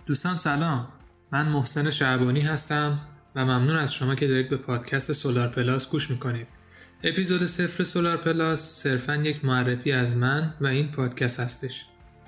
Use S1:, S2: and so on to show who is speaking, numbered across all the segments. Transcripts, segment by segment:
S1: دوستان سلام، من محسن شعبانی هستم و ممنون از شما که دارید به پادکست سولار پلاس گوش میکنید. اپیزود 0 سولار پلاس صرفاً یک معرفی از من و این پادکست هستش.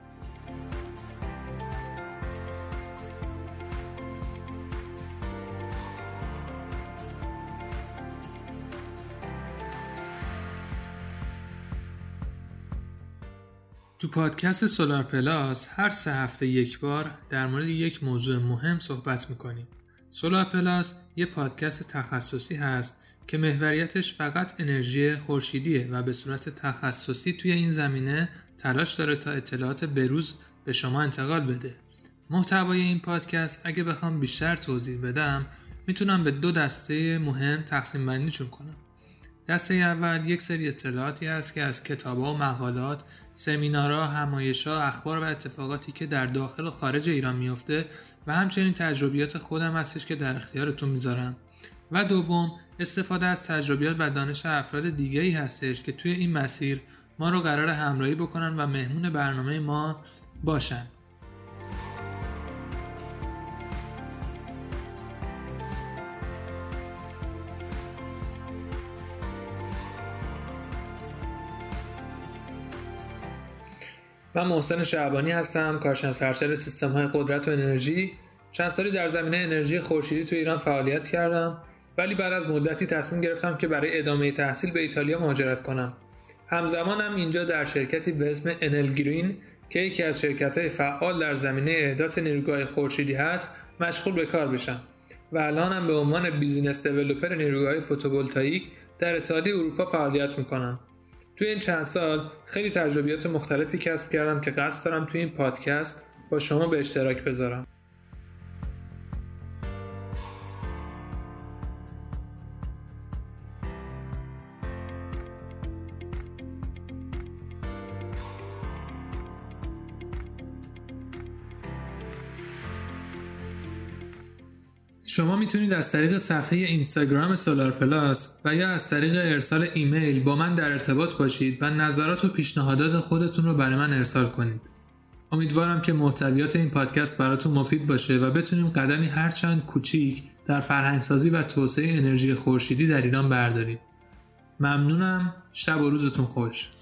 S1: تو پادکست سولار پلاس هر 3 هفته یک بار در مورد یک موضوع مهم صحبت میکنیم. سولار پلاس یه پادکست تخصصی هست که محوریتش فقط انرژی خورشیدیه و به صورت تخصصی توی این زمینه تلاش داره تا اطلاعات بروز به شما انتقال بده. محتوای این پادکست اگه بخوام بیشتر توضیح بدم میتونم به 2 دسته مهم تقسیم بندیشون کنم. دسته اول یک سری اطلاعاتی هست که از کتاب‌ها و مقالات، سمینارها، همایش‌ها، اخبار و اتفاقاتی که در داخل و خارج ایران میفته و همچنین تجربیات خودم هستش که در اختیارتون میذارم. و دوم استفاده از تجربیات و دانش افراد دیگه‌ای هستش که توی این مسیر ما رو قرار همراهی بکنن و مهمون برنامه ما باشن. من محسن شعبانی هستم، کارشناس ارشد سیستم‌های قدرت و انرژی. چند سالی در زمینه انرژی خورشیدی تو ایران فعالیت کردم، ولی بعد از مدتی تصمیم گرفتم که برای ادامه تحصیل به ایتالیا مهاجرت کنم. همزمانم اینجا در شرکتی به اسم انل گرین که یکی از شرکت‌های فعال در زمینه احداث نیروگاه خورشیدی هست مشغول به کار بشم و الانم به عنوان بیزینس دیولپر نیروگاه فوتوولتائیک در اتحادیه اروپا فعالیت می‌کنم. توی این چند سال خیلی تجربیات مختلفی کسب کردم که قصد دارم توی این پادکست با شما به اشتراک بذارم. شما میتونید از طریق صفحه اینستاگرام سولار پلاس و یا از طریق ارسال ایمیل با من در ارتباط باشید و نظرات و پیشنهادات خودتون رو برای من ارسال کنید. امیدوارم که محتویات این پادکست براتون مفید باشه و بتونیم قدمی هرچند کوچیک در فرهنگسازی و توسعه انرژی خورشیدی در ایران برداریم. ممنونم. شب و روزتون خوش.